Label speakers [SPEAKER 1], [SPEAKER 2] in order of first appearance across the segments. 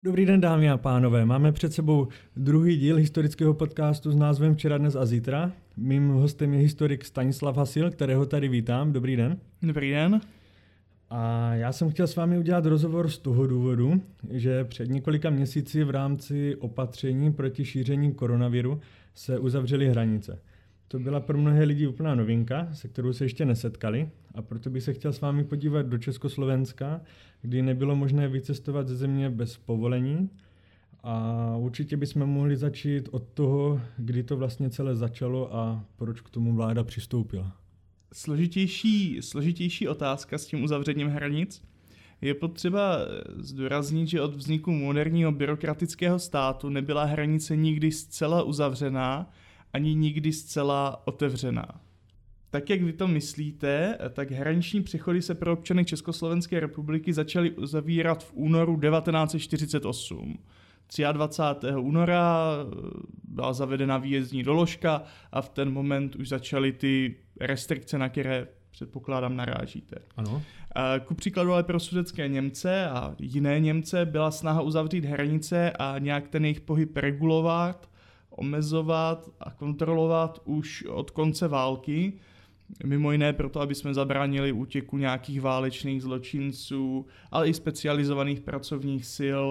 [SPEAKER 1] Dobrý den, dámy a pánové. Máme před sebou druhý díl historického podcastu s názvem Včera, dnes a zítra. Mým hostem je historik Stanislav Hasil, kterého tady vítám. Dobrý den.
[SPEAKER 2] Dobrý den.
[SPEAKER 1] A já jsem chtěl s vámi udělat rozhovor z toho důvodu, že před několika měsíci v rámci opatření proti šíření koronaviru se uzavřely hranice. To byla pro mnohé lidi úplná novinka, se kterou se ještě nesetkali, a proto bych se chtěl s vámi podívat do Československa, kdy nebylo možné vycestovat ze země bez povolení. A určitě bychom mohli začít od toho, kdy to vlastně celé začalo a proč k tomu vláda přistoupila.
[SPEAKER 2] Složitější otázka s tím uzavřením hranic. Je potřeba zdůraznit, že od vzniku moderního byrokratického státu nebyla hranice nikdy zcela uzavřená, ani nikdy zcela otevřená. Tak, jak vy to myslíte, tak hraniční přechody se pro občany Československé republiky začaly uzavírat v únoru 1948. 23. února byla zavedena výjezdní doložka a v ten moment už začaly ty restrikce, na které předpokládám narážíte.
[SPEAKER 1] Ano.
[SPEAKER 2] Ku příkladu ale pro sudetské Němce a jiné Němce byla snaha uzavřít hranice a nějak ten jejich pohyb regulovat, omezovat a kontrolovat už od konce války. Mimo jiné proto, aby jsme zabránili útěku nějakých válečných zločinců, ale i specializovaných pracovních sil.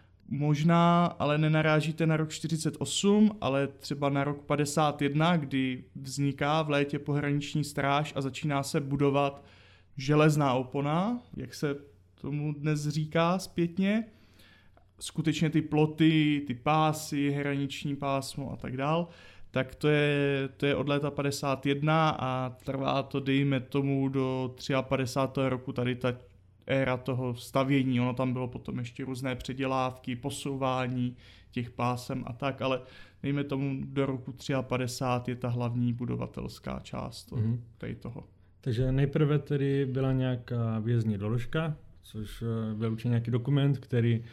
[SPEAKER 2] Možná ale nenarážíte na rok 48, ale třeba na rok 51, kdy vzniká v létě pohraniční stráž a začíná se budovat železná opona, jak se tomu dnes říká zpětně. Skutečně ty ploty, ty pásy, hraniční pásmo a tak dál, tak to je od léta 51 a trvá to, dejme tomu, do 53. roku tady ta éra toho stavění. Ono tam bylo potom ještě různé předělávky, posouvání těch pásem a tak, ale dejme tomu do roku 53 je ta hlavní budovatelská část tady toho.
[SPEAKER 1] Takže nejprve tedy byla nějaká výjezdní doložka, což byl určitě nějaký dokument, který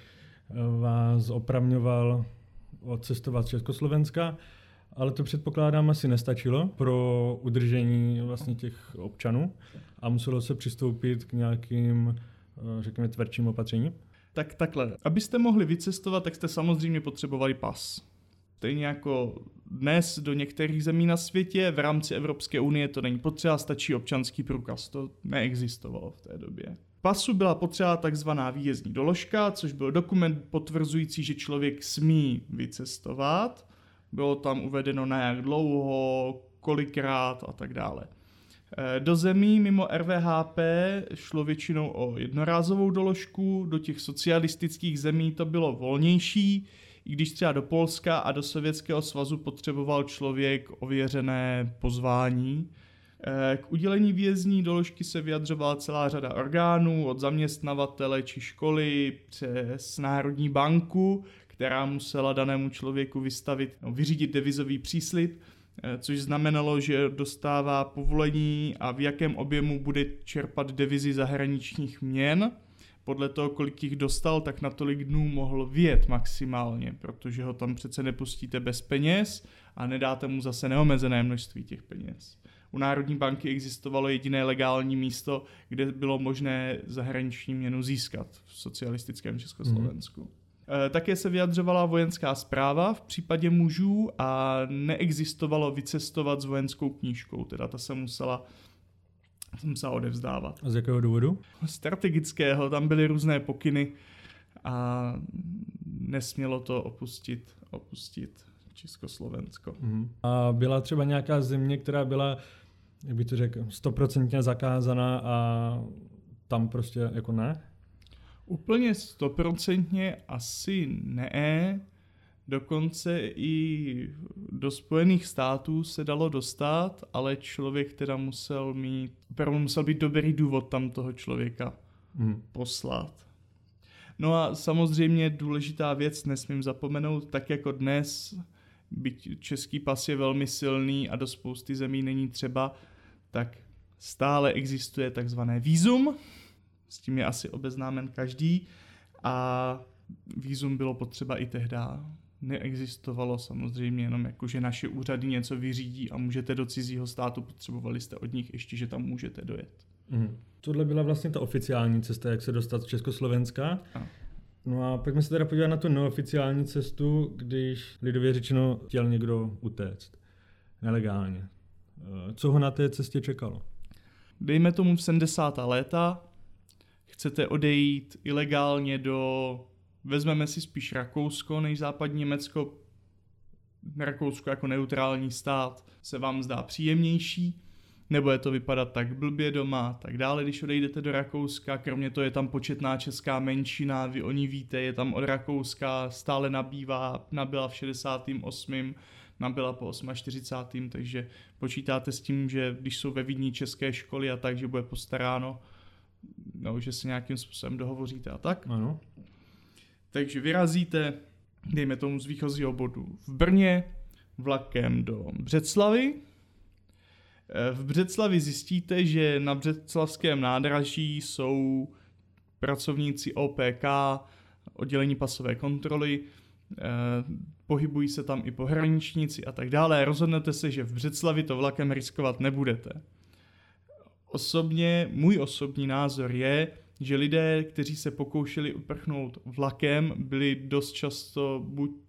[SPEAKER 1] vás opravňoval odcestovat z Československa, ale to předpokládám asi nestačilo pro udržení vlastně těch občanů a muselo se přistoupit k nějakým, řekněme, tvrdším opatřením.
[SPEAKER 2] Tak takhle, abyste mohli vycestovat, tak jste samozřejmě potřebovali pas. Stejně jako dnes do některých zemí na světě, v rámci Evropské unie to není potřeba, stačí občanský průkaz, to neexistovalo v té době. Pasu byla potřeba takzvaná výjezdní doložka, což byl dokument potvrzující, že člověk smí vycestovat. Bylo tam uvedeno na jak dlouho, kolikrát a tak dále. Do zemí mimo RVHP šlo většinou o jednorázovou doložku, do těch socialistických zemí to bylo volnější, i když třeba do Polska a do Sovětského svazu potřeboval člověk ověřené pozvání. K udělení výjezdní doložky se vyjadřovala celá řada orgánů, od zaměstnavatele či školy přes Národní banku, která musela danému člověku vyřídit devizový příslib, což znamenalo, že dostává povolení a v jakém objemu bude čerpat devizi zahraničních měn. Podle toho, kolik jich dostal, tak na tolik dnů mohl vyjet maximálně, protože ho tam přece nepustíte bez peněz a nedáte mu zase neomezené množství těch peněz. U Národní banky existovalo jediné legální místo, kde bylo možné zahraniční měnu získat v socialistickém Československu. Také se vyjadřovala vojenská správa v případě mužů a neexistovalo vycestovat s vojenskou knížkou, teda ta se musela odevzdávat.
[SPEAKER 1] A z jakého důvodu?
[SPEAKER 2] Strategického, tam byly různé pokyny a nesmělo to opustit Československo.
[SPEAKER 1] A byla třeba nějaká země, která byla, jak bych to řekl, 100% zakázaná a tam prostě jako ne?
[SPEAKER 2] Úplně 100% asi ne. Dokonce i do Spojených států se dalo dostat, ale člověk teda musel být dobrý důvod tam toho člověka poslat. No a samozřejmě důležitá věc, nesmím zapomenout, tak jako dnes, byť český pas je velmi silný a do spousty zemí není třeba, tak stále existuje takzvané vízum, s tím je asi obeznámen každý a vízum bylo potřeba i tehda. Neexistovalo samozřejmě jenom jako, že naše úřady něco vyřídí a můžete do cizího státu, potřebovali jste od nich ještě, že tam můžete dojet.
[SPEAKER 1] Tohle byla vlastně ta oficiální cesta, jak se dostat z Československa. No a pojďme se teda podívat na tu neoficiální cestu, když lidově řečeno chtěl někdo utéct nelegálně. Co ho na té cestě čekalo?
[SPEAKER 2] Dejme tomu v 70. léta, chcete odejít ilegálně vezmeme si spíš Rakousko než západní Německo. Rakousko jako neutrální stát se vám zdá příjemnější, nebo je to vypadat tak blbě doma, tak dále, když odejdete do Rakouska, kromě toho je tam početná česká menšina, vy o ní víte, je tam od Rakouska, stále nabyla v 68., nabyla po 48., takže počítáte s tím, že když jsou ve Vídni české školy a tak, že bude postaráno, no, že se nějakým způsobem dohovoříte a tak.
[SPEAKER 1] Ano.
[SPEAKER 2] Takže vyrazíte, dejme tomu z výchozího bodu v Brně, vlakem do Břeclavi. V Břeclavi zjistíte, že na břeclavském nádraží jsou pracovníci OPK, oddělení pasové kontroly, pohybují se tam i pohraničníci a tak dále. Rozhodnete se, že v Břeclavi to vlakem riskovat nebudete. Můj osobní názor je, že lidé, kteří se pokoušeli uprchnout vlakem, byli dost často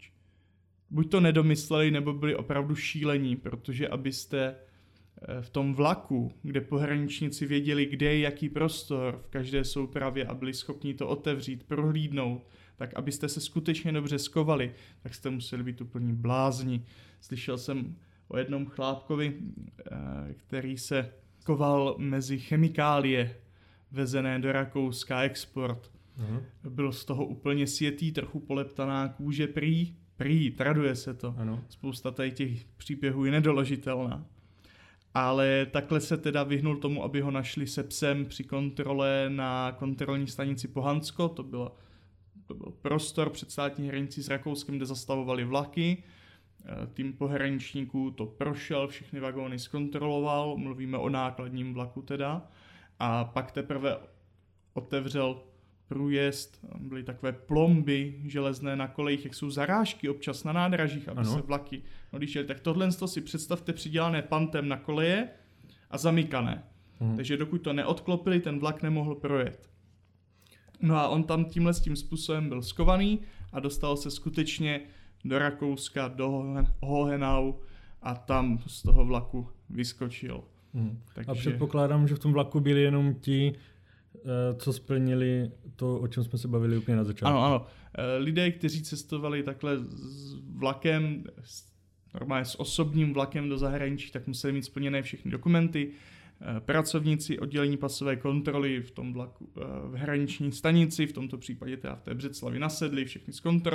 [SPEAKER 2] buď to nedomysleli, nebo byli opravdu šílení, protože abyste v tom vlaku, kde pohraničníci věděli, kde je jaký prostor v každé soupravě a byli schopni to otevřít, prohlídnout, tak abyste se skutečně dobře skovali, tak jste museli být úplně blázni. Slyšel jsem o jednom chlápkovi, který se skoval mezi chemikálie vezené do Rakouska, export.
[SPEAKER 1] Aha.
[SPEAKER 2] Byl z toho úplně sjetý, trochu poleptaná kůže, prý, traduje se to.
[SPEAKER 1] Ano.
[SPEAKER 2] Spousta tady těch příběhů je nedoložitelná. Ale takhle se teda vyhnul tomu, aby ho našli se psem při kontrole na kontrolní stanici Pohansko. To byl prostor před státní hranicí s Rakouskem, kde zastavovali vlaky. Tým pohraničníků to prošel, všechny vagóny zkontroloval, mluvíme o nákladním vlaku teda. A pak teprve otevřel průjezd, byly takové plomby železné na kolejích, jak jsou zarážky občas na nádražích, aby se vlaky odjížděly. Tak tohle si představte přidělané pantem na koleje a zamykané. Takže dokud to neodklopili, ten vlak nemohl projet. No a on tam tímhle s tím způsobem byl skovaný a dostal se skutečně do Rakouska, do Hohenau a tam z toho vlaku vyskočil.
[SPEAKER 1] Takže... A předpokládám, že v tom vlaku byli jenom ti, co splnili to, o čem jsme se bavili úplně na začátku.
[SPEAKER 2] Ano. Lidé, kteří cestovali takhle s vlakem, normálně s osobním vlakem do zahraničí, tak museli mít splněné všechny dokumenty. Pracovníci oddělení pasové kontroly v tom vlaku, v hraniční stanici, v tomto případě teda v té Břeclavi nasedli, všechny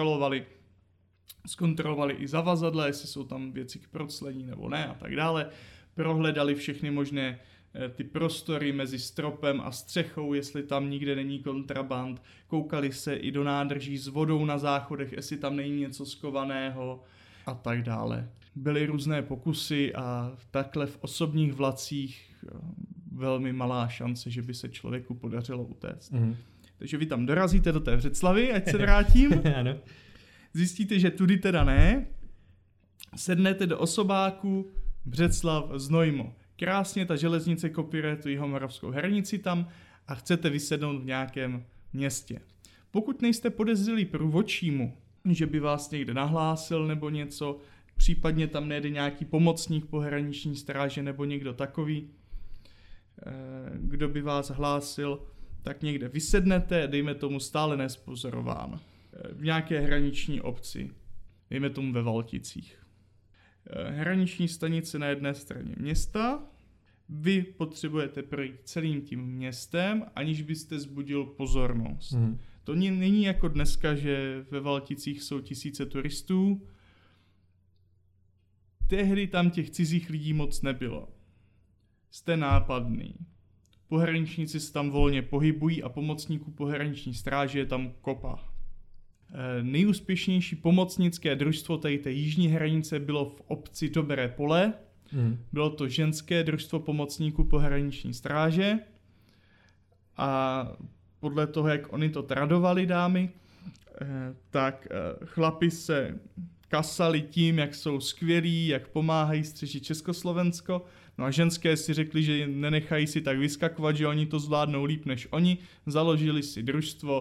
[SPEAKER 2] zkontrolovali i zavazadla, jestli jsou tam věci k proclení nebo ne a tak dále. Prohledali všechny možné ty prostory mezi stropem a střechou, jestli tam nikde není kontraband. Koukali se i do nádrží s vodou na záchodech, jestli tam není něco skovaného a tak dále. Byly různé pokusy a takhle v osobních vlacích velmi malá šance, že by se člověku podařilo utéct. Takže vy tam dorazíte do té Břeclavy, ať se vrátím. Zjistíte, že tudy teda ne. Sednete do osobáku Břeclav Znojmo. Krásně ta železnice kopíruje tu jihomoravskou hranici tam a chcete vysednout v nějakém městě. Pokud nejste podezřelí průvodčímu, že by vás někde nahlásil nebo něco, případně tam nejde nějaký pomocník pohraniční stráže nebo někdo takový, kdo by vás hlásil, tak někde vysednete, dejme tomu stále nespozorován. V nějaké hraniční obci, dejme tomu ve Valticích. Hraniční stanice na jedné straně města, vy potřebujete projít celým tím městem, aniž byste vzbudil pozornost. To není jako dneska, že ve Valticích jsou tisíce turistů. Tehdy tam těch cizích lidí moc nebylo. Jste nápadný. Pohraničníci se tam volně pohybují a pomocníků pohraniční stráže je tam kopa. Nejúspěšnější pomocnické družstvo tady té jižní hranice bylo v obci Dobré Pole. Bylo to ženské družstvo pomocníků pohraniční stráže a podle toho, jak oni to tradovali, dámy, tak chlapi se kasali tím, jak jsou skvělí, jak pomáhají střežit Československo. No a ženské si řekli, že nenechají si tak vyskakovat, že oni to zvládnou líp než oni. Založili si družstvo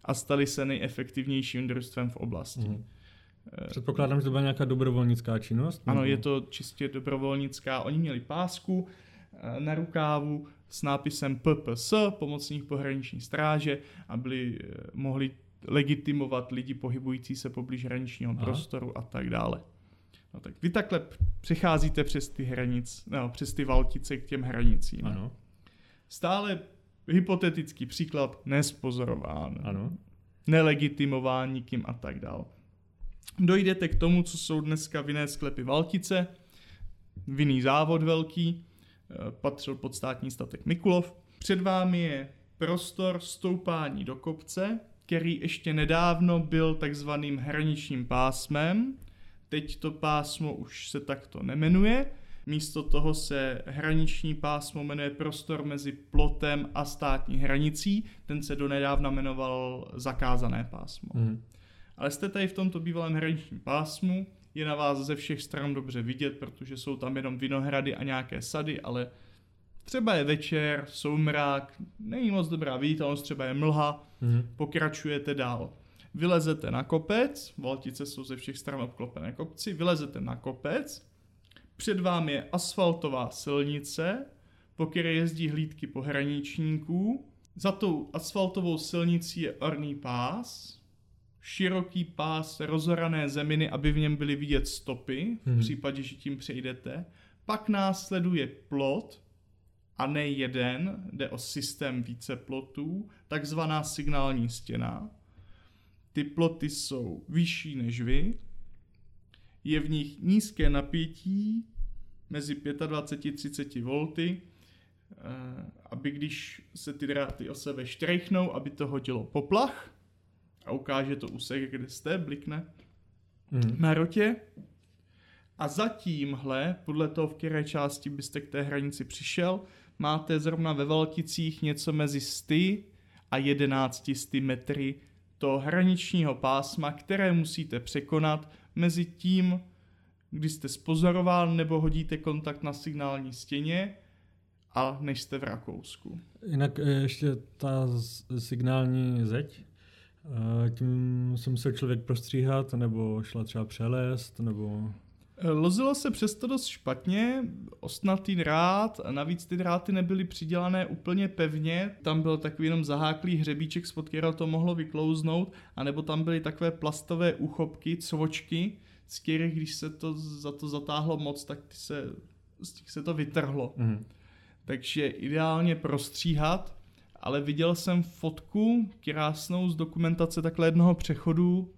[SPEAKER 2] a stali se nejefektivnějším družstvem v oblasti.
[SPEAKER 1] Předpokládám, že to byla nějaká dobrovolnická činnost?
[SPEAKER 2] Ano, je to čistě dobrovolnická. Oni měli pásku na rukávu s nápisem PPS, pomocník pohraniční stráže, a mohli legitimovat lidi pohybující se poblíž hraničního prostoru a tak dále. No tak vy takhle přecházíte přes ty Valtice k těm hranicím.
[SPEAKER 1] Ano.
[SPEAKER 2] Stále hypotetický příklad, nespozorován,
[SPEAKER 1] Ano.
[SPEAKER 2] nelegitimován nikým a tak dále. Dojdete k tomu, co jsou dneska vinné sklepy Valtice, vinný závod velký, patřil pod státní statek Mikulov. Před vámi je prostor stoupání do kopce, který ještě nedávno byl takzvaným hraničním pásmem. Teď to pásmo už se takto nemenuje. Místo toho se hraniční pásmo jmenuje prostor mezi plotem a státní hranicí. Ten se donedávna jmenoval zakázané pásmo. Ale jste tady v tomto bývalém hraničním pásmu, je na vás ze všech stran dobře vidět, protože jsou tam jenom vinohrady a nějaké sady, ale třeba je večer, soumrak, není moc dobrá viditelnost, třeba je mlha, pokračujete dál. Vylezete na kopec, Valtice jsou ze všech stran obklopené kopci, vylezete na kopec, před vámi je asfaltová silnice, po které jezdí hlídky pohraničníků, za tou asfaltovou silnicí je orný pás, široký pás rozorané zeminy, aby v něm byly vidět stopy, v případě, že tím přejdete. Pak následuje plot, a ne jeden, jde o systém více plotů, takzvaná signální stěna. Ty ploty jsou vyšší než vy, je v nich nízké napětí mezi 25-30 V, aby když se ty dráty o sebe štrejchnou, aby to hodilo poplach a ukáže to úsek, kde jste, blikne na rotě. A za tímhle, podle toho, v které části byste k té hranici přišel, máte zrovna ve Valticích něco mezi 100 a 1100 metry toho hraničního pásma, které musíte překonat mezi tím, kdy jste spozoroval nebo hodíte kontakt na signální stěně a než jste v Rakousku.
[SPEAKER 1] Jinak ještě ta signální zeď, tím se musel člověk prostříhat, nebo šla třeba přelézt, nebo...
[SPEAKER 2] Lozilo se přesto dost špatně, ostnatý drát, a navíc ty dráty nebyly přidělané úplně pevně, tam byl takový jenom zaháklý hřebíček, spod kterého to mohlo vyklouznout, anebo tam byly takové plastové úchopky, cvočky, z kterých, když se to za to zatáhlo moc, tak z těch se to vytrhlo. Takže ideálně prostříhat, ale viděl jsem fotku krásnou z dokumentace takhle jednoho přechodu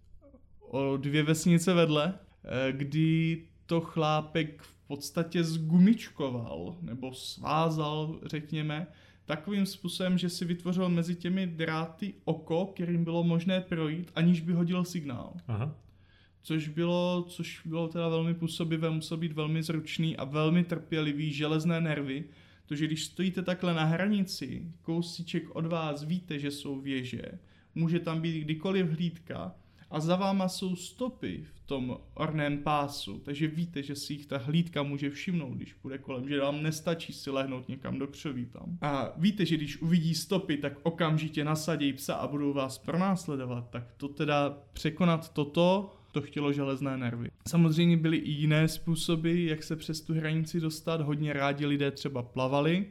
[SPEAKER 2] o 2 vesnice vedle, kdy to chlápek v podstatě zgumičkoval, nebo svázal, řekněme, takovým způsobem, že si vytvořil mezi těmi dráty oko, kterým bylo možné projít, aniž by hodil signál.
[SPEAKER 1] Aha.
[SPEAKER 2] Což bylo teda velmi působivé, musel být velmi zručný a velmi trpělivý, železné nervy, protože když stojíte takhle na hranici, kousíček od vás víte, že jsou věže, může tam být kdykoliv hlídka, a za váma jsou stopy v tom orném pásu, takže víte, že si jich ta hlídka může všimnout, když půjde kolem, že vám nestačí si lehnout někam do křoví tam. A víte, že když uvidí stopy, tak okamžitě nasadí psa a budou vás pronásledovat, tak to teda překonat to chtělo železné nervy. Samozřejmě byly i jiné způsoby, jak se přes tu hranici dostat, hodně rádi lidé třeba plavali,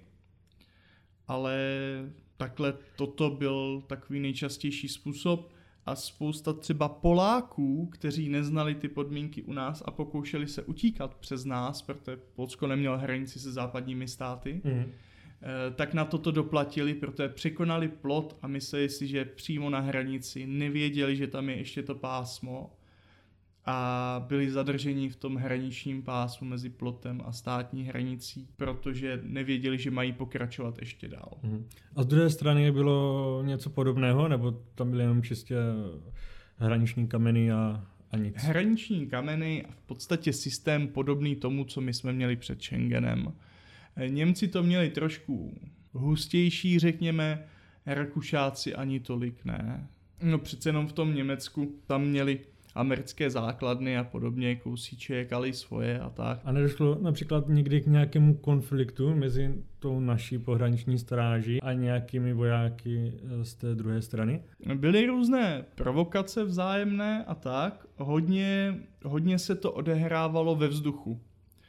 [SPEAKER 2] ale takhle toto byl takový nejčastější způsob. A spousta třeba Poláků, kteří neznali ty podmínky u nás a pokoušeli se utíkat přes nás, protože Polsko nemělo hranici se západními státy, tak na toto doplatili, protože překonali plot a mysleli si, že přímo na hranici, nevěděli, že tam je ještě to pásmo a byli zadrženi v tom hraničním pásmu mezi plotem a státní hranicí, protože nevěděli, že mají pokračovat ještě dál.
[SPEAKER 1] A z druhé strany bylo něco podobného, nebo tam byly jenom čistě hraniční kameny a nic?
[SPEAKER 2] Hraniční kameny a v podstatě systém podobný tomu, co my jsme měli před Schengenem. Němci to měli trošku hustější, řekněme, Rakušáci ani tolik ne. No přece jenom v tom Německu tam měli americké základny a podobně, kousíček, ale i svoje a tak.
[SPEAKER 1] A nedošlo například někdy k nějakému konfliktu mezi tou naší pohraniční stráží a nějakými vojáky z té druhé strany?
[SPEAKER 2] Byly různé provokace vzájemné a tak. Hodně se to odehrávalo ve vzduchu.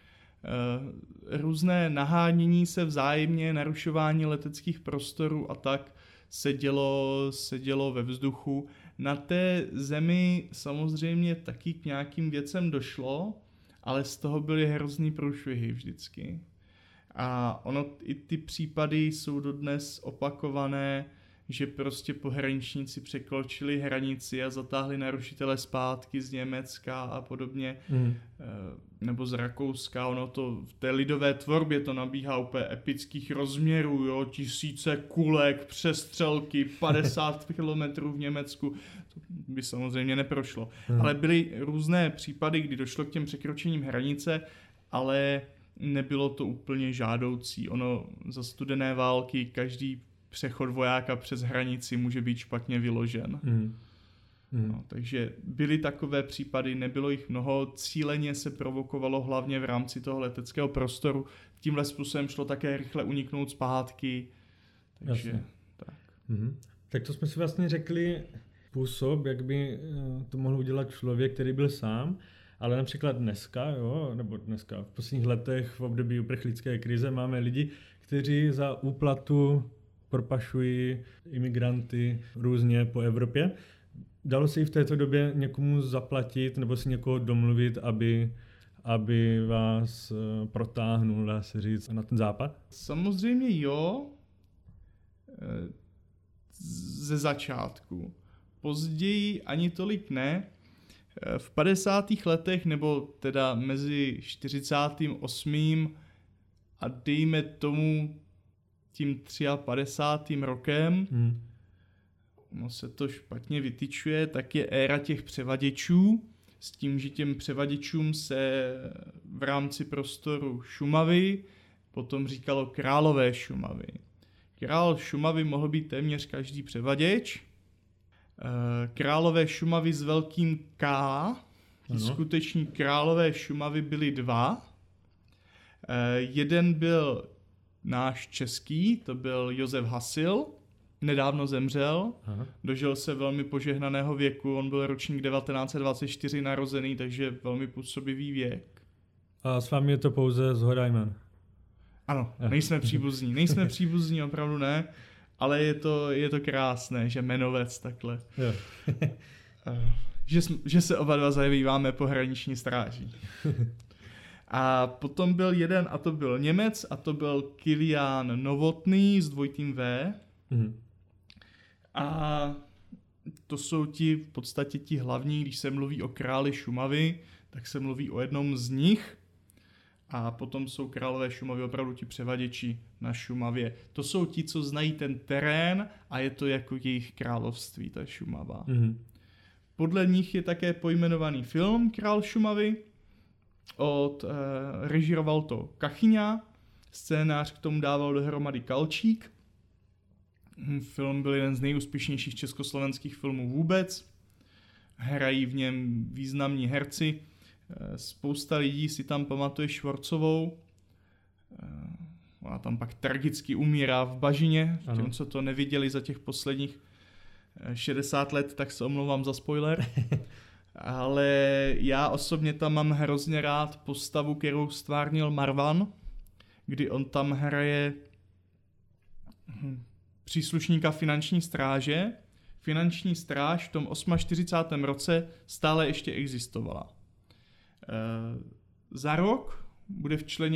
[SPEAKER 2] Různé nahánění se vzájemně, narušování leteckých prostorů a tak se dělo ve vzduchu. Na té zemi samozřejmě taky k nějakým věcem došlo, ale z toho byly hrozný průšvihy vždycky. A i ty případy jsou dodnes opakované, že prostě pohraničníci překročili hranici a zatáhli narušitele zpátky z Německa a podobně, nebo z Rakouska. Ono to v té lidové tvorbě to nabíhá úplně epických rozměrů, jo? 1000 kulek, přestřelky, 50 kilometrů v Německu. To by samozřejmě neprošlo. Ale byly různé případy, kdy došlo k těm překročením hranice, ale nebylo to úplně žádoucí. Ono za studené války každý přechod vojáka přes hranici může být špatně vyložen. No, takže byly takové případy, nebylo jich mnoho, cíleně se provokovalo hlavně v rámci toho leteckého prostoru. Tímhle způsobem šlo také rychle uniknout zpátky. Takže tak.
[SPEAKER 1] Tak to jsme si vlastně řekli způsob, jak by to mohl udělat člověk, který byl sám, ale například dneska, v posledních letech v období uprchlické krize máme lidi, kteří za úplatu propašují imigranty různě po Evropě. Dalo se i v této době někomu zaplatit nebo si někoho domluvit, aby vás protáhnul, dá se říct, na ten západ?
[SPEAKER 2] Samozřejmě jo, ze začátku. Později ani tolik ne. V 50. letech, nebo teda mezi 48. a dejme tomu tím 53. rokem, no se to špatně vytyčuje, tak je éra těch převaděčů, s tím, že těm převaděčům se v rámci prostoru Šumavy potom říkalo králové Šumavy. Král Šumavy mohl být téměř každý převaděč. Králové Šumavy s velkým K, skuteční králové Šumavy byly dva. Jeden byl náš český, to byl Josef Hasil, nedávno zemřel, dožil se velmi požehnaného věku, on byl ročník 1924 narozený, takže velmi působivý věk.
[SPEAKER 1] A s vámi je to pouze z Horajman?
[SPEAKER 2] Ano, nejsme příbuzní, opravdu ne, ale je to krásné, že jmenovec takhle. že se oba dva zabýváme pohraniční stráží. A potom byl jeden, a to byl Němec, a to byl Kilián Novotný s dvojitým V. A to jsou v podstatě ti hlavní, když se mluví o králi Šumavy, tak se mluví o jednom z nich. A potom jsou králové Šumavy opravdu ti převaděči na Šumavě. To jsou ti, co znají ten terén a je to jako jejich království, ta Šumava. Podle nich je také pojmenovaný film Král Šumavy. Režíroval to Kachyňa, scénář k tomu dával dohromady Kalčík. Film byl jeden z nejúspěšnějších československých filmů vůbec. Hrají v něm významní herci. Spousta lidí si tam pamatuje Švorcovou. Ona tam pak tragicky umírá v bažině. Těm, co to neviděli za těch posledních 60 let, tak se omlouvám za spoiler. Ale já osobně tam mám hrozně rád postavu, kterou stvárnil Marvan, kdy on tam hraje příslušníka finanční stráže. Finanční stráž v tom 48. roce stále ještě existovala. Za rok bude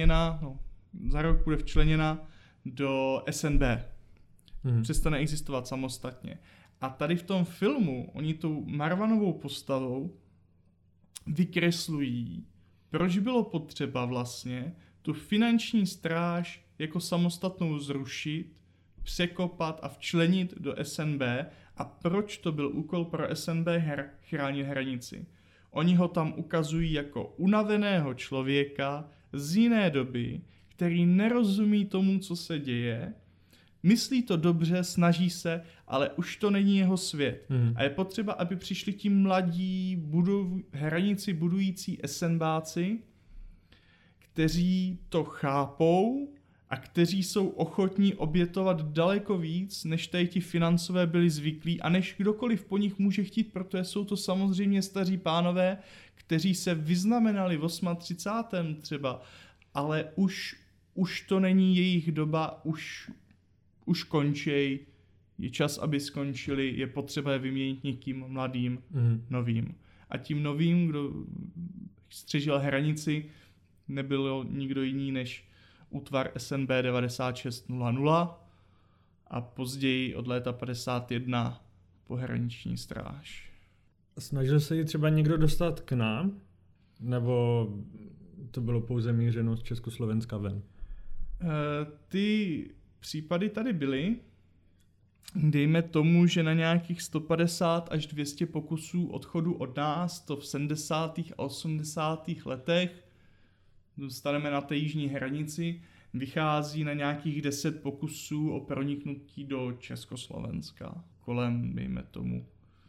[SPEAKER 2] včleněna do SNB. Přestane existovat samostatně. A tady v tom filmu oni tou Marvanovou postavou vykreslují, proč bylo potřeba vlastně tu finanční stráž jako samostatnou zrušit, překopat a včlenit do SNB a proč to byl úkol pro SNB chránit hranici. Oni ho tam ukazují jako unaveného člověka z jiné doby, který nerozumí tomu, co se děje,
[SPEAKER 1] myslí
[SPEAKER 2] to dobře, snaží se, ale už to není jeho svět. A je potřeba, aby přišli ti mladí hranici budující SNBáci, kteří to chápou a kteří jsou ochotní obětovat daleko víc, než tady ti financové byli zvyklí a než kdokoliv po nich může chtít, protože jsou to samozřejmě staří pánové, kteří se vyznamenali v 38. třeba, ale už to není jejich doba, už končej, je čas, aby skončili, je potřeba je vyměnit někým mladým, novým. A tím novým, kdo střežil hranici, nebylo nikdo jiný než útvar SNB 9600 a později od léta 51 pohraniční stráž.
[SPEAKER 1] Snažil se ji třeba někdo dostat k nám? Nebo to bylo pouze mířeno z Československa ven?
[SPEAKER 2] Ty případy tady byly. Dejme tomu, že na nějakých 150 až 200 pokusů odchodu od nás, to v 70. a 80. letech, dostaneme na té jižní hranici, vychází na nějakých 10 pokusů o proniknutí do Československa. Kolem, dejme tomu,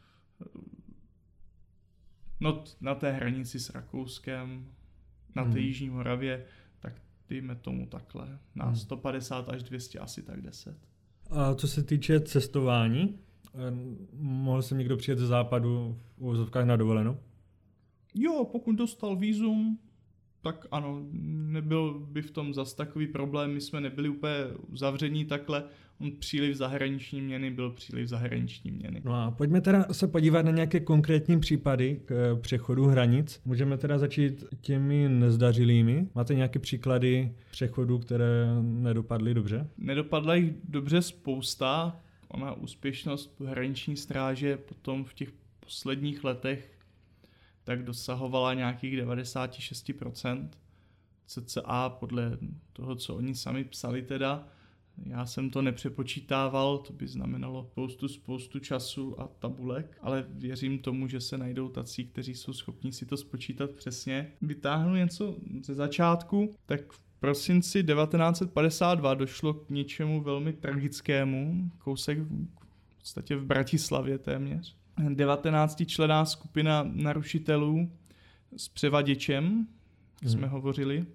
[SPEAKER 2] na té hranici s Rakouskem, na té jižní Moravě, tak dejme tomu takhle. Na 150 až 200 asi tak 10.
[SPEAKER 1] A co se týče cestování, mohl jsem někdo přijet ze západu v uvozovkách na dovolenou?
[SPEAKER 2] Jo, pokud dostal vízum, tak ano, nebyl by v tom zas takový problém, my jsme nebyli úplně zavření takhle, příliv zahraniční měny byl příliv zahraniční měny.
[SPEAKER 1] No a pojďme teda se podívat na nějaké konkrétní případy k přechodu hranic. Můžeme teda začít těmi nezdařilými. Máte nějaké příklady přechodů, které nedopadly dobře?
[SPEAKER 2] Nedopadla jich dobře spousta. Ona úspěšnost hraniční stráže potom v těch posledních letech tak dosahovala nějakých 96%. cca podle toho, co oni sami psali teda. Já jsem to nepřepočítával, to by znamenalo spoustu času a tabulek, ale věřím tomu, že se najdou tací, kteří jsou schopni si to spočítat přesně. Vytáhnu něco ze začátku, tak v prosinci 1952 došlo k něčemu velmi tragickému, kousek v podstatě v Bratislavě téměř. 19členná skupina narušitelů s převaděčem, jsme hovořili,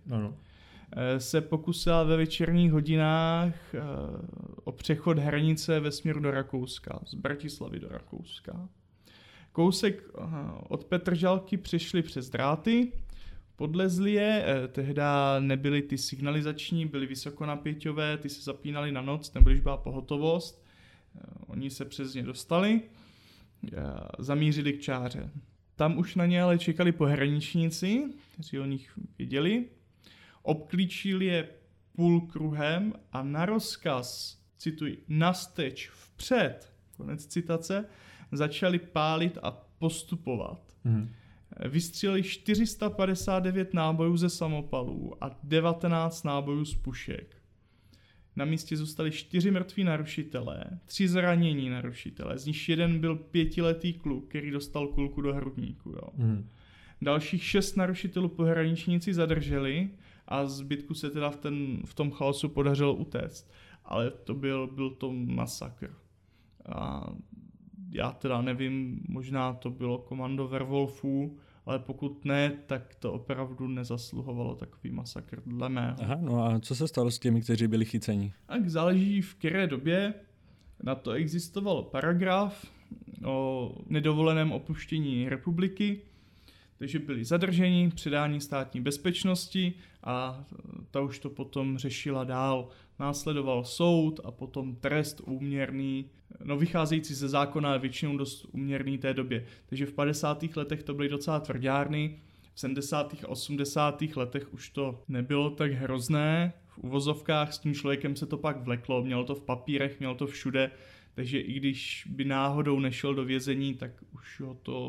[SPEAKER 2] se pokusila ve večerních hodinách o přechod hranice ve směru do Rakouska, z Bratislavy do Rakouska. Kousek od Petržalky přešli přes dráty, podlezli je, tehda nebyly ty signalizační, byly vysokonapěťové, ty se zapínaly na noc, nebo když byla pohotovost, oni se přes ně dostali, zamířili k čáře. Tam už na ně ale čekali pohraničníci, kteří o nich věděli, obklíčili je půlkruhem a na rozkaz, cituji, nasteč vpřed, konec citace, začali pálit a postupovat. Vystřelili 459 nábojů ze samopalů a 19 nábojů z pušek. Na místě zůstali 4 mrtví narušitelé, 3 zranění narušitelé, z nich jeden byl 5letý kluk, který dostal kulku do hrudníku. Jo. Dalších 6 narušitelů pohraničníci zadrželi a zbytku se teda v tom chaosu podařilo utéct. Ale to byl to masakr. A já teda nevím, možná to bylo komando Werwolfů, ale pokud ne, tak to opravdu nezasluhovalo takový masakr dle mého.
[SPEAKER 1] Aha, no a co se stalo s těmi, kteří byli chyceni?
[SPEAKER 2] Tak záleží v které době. Na to existoval paragraf o nedovoleném opuštění republiky, takže byli zadrženi, předání státní bezpečnosti a ta už to potom řešila dál. Následoval soud a potom trest úměrný, vycházející ze zákona, většinou dost úměrný té době. Takže v 50. letech to byly docela tvrdárny, v 70. a 80. letech už to nebylo tak hrozné. V uvozovkách s tím člověkem se to pak vleklo, mělo to v papírech, mělo to všude, takže i když by náhodou nešel do vězení, tak už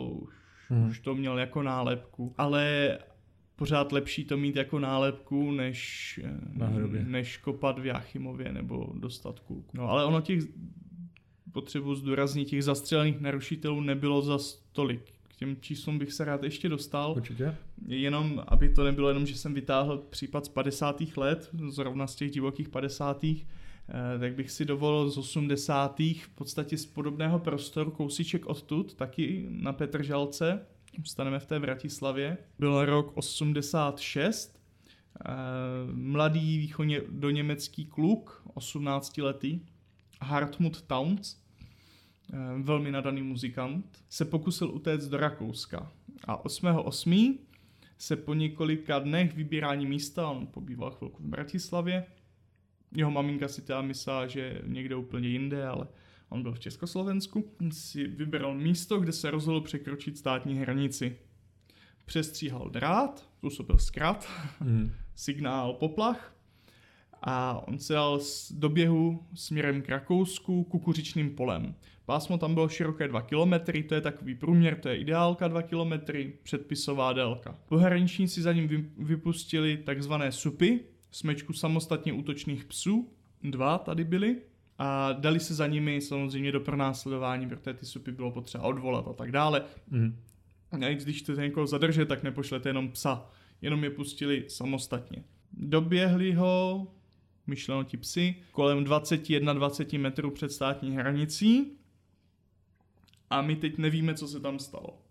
[SPEAKER 2] to měl jako nálepku. Ale pořád lepší to mít jako nálepku, než kopat v Jáchymově nebo dostat kulku. No ale ono potřebuji zdůraznit, těch zastřelených narušitelů nebylo za tolik. K těm číslům bych se rád ještě dostal.
[SPEAKER 1] Určitě.
[SPEAKER 2] Jenom, aby to nebylo jenom, že jsem vytáhl případ z 50. let, zrovna z těch divokých 50. tak bych si dovolil z 80. v podstatě z podobného prostoru, kousíček odtud, taky na Petržalce, staneme v té Bratislavě. Byl rok 86, mladý východoněmecký kluk, 18letý, Hartmut Tauns, velmi nadaný muzikant, se pokusil utéct do Rakouska. A 8.8. se po několika dnech vybírání místa, on pobýval chvilku v Bratislavě, jeho maminka si teda myslela, že někde úplně jinde, ale on byl v Československu, si vybral místo, kde se rozhodl překročit státní hranici. Přestříhal drát, způsobil zkrat, signál poplach a on se dal do běhu směrem k Rakousku kukuřičným polem. Pásmo tam bylo široké 2 kilometry, to je takový průměr, to je ideálka 2 kilometry, předpisová délka. Pohraničníci za ním vypustili takzvané supy, smečku samostatně útočných psů, 2 tady byly, a dali se za nimi samozřejmě do pronásledování, protože ty supy bylo potřeba odvolat a tak dále. Navíc, když chcete někoho zadržet, tak nepošlete jenom psa, jenom je pustili samostatně. Doběhli ho, myšleno ti psi, kolem 21-20 metrů před státní hranicí a my teď nevíme, co se tam stalo.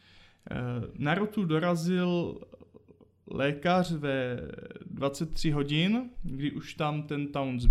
[SPEAKER 2] Na rotu dorazil lékař ve 23 hodin, kdy už tam ten Tauns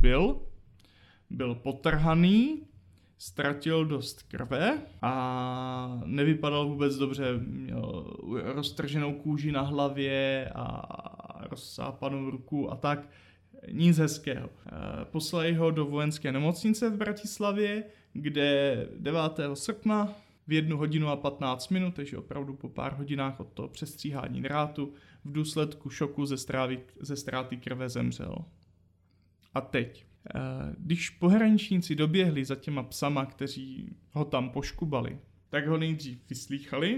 [SPEAKER 2] byl potrhaný, ztratil dost krve a nevypadal vůbec dobře, měl roztrženou kůži na hlavě a rozsápanou ruku a tak, nic hezkého. Poslali ho do vojenské nemocnice v Bratislavě, kde 9. srpna v 1 hodinu a 15 minut, takže opravdu po pár hodinách od toho přestříhání drátu, v důsledku šoku ze ztráty krve zemřel. A teď, když pohraničníci doběhli za těma psama, kteří ho tam poškubali, tak ho nejdřív vyslýchali,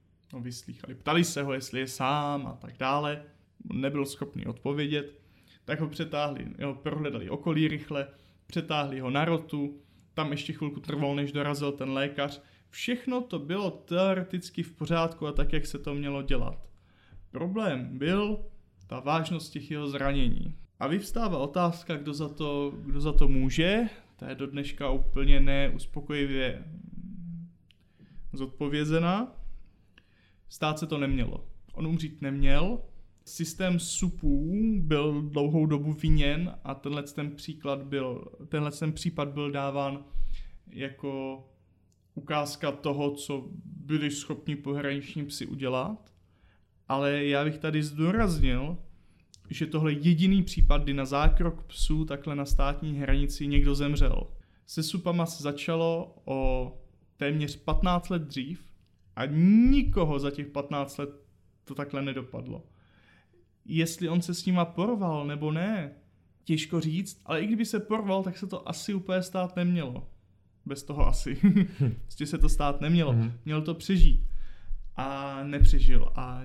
[SPEAKER 2] ptali se ho, jestli je sám a tak dále, nebyl schopný odpovědět, tak ho přetáhli, prohledali okolí rychle, přetáhli ho na rotu, tam ještě chvilku trvalo, než dorazil ten lékař. Všechno to bylo teoreticky v pořádku a tak, jak se to mělo dělat. Problém byl ta vážnost těch jeho zranění. A vyvstává otázka, kdo za to může, ta je do dneška úplně neuspokojivě zodpovězená. Stát se to nemělo. On umřít neměl, systém supů byl dlouhou dobu viněn a tenhle případ byl dáván jako ukázka toho, co byli schopni pohraniční psi udělat. Ale já bych tady zdůraznil, že tohle je jediný případ, kdy na zákrok psů takhle na státní hranici někdo zemřel. Se supama se začalo o téměř 15 let dřív a nikoho za těch 15 let to takhle nedopadlo. Jestli on se s nima porval nebo ne, těžko říct, ale i kdyby se porval, tak se to asi úplně stát nemělo. Bez toho asi. Prostě se to stát nemělo. Měl to přežít. A nepřežil. A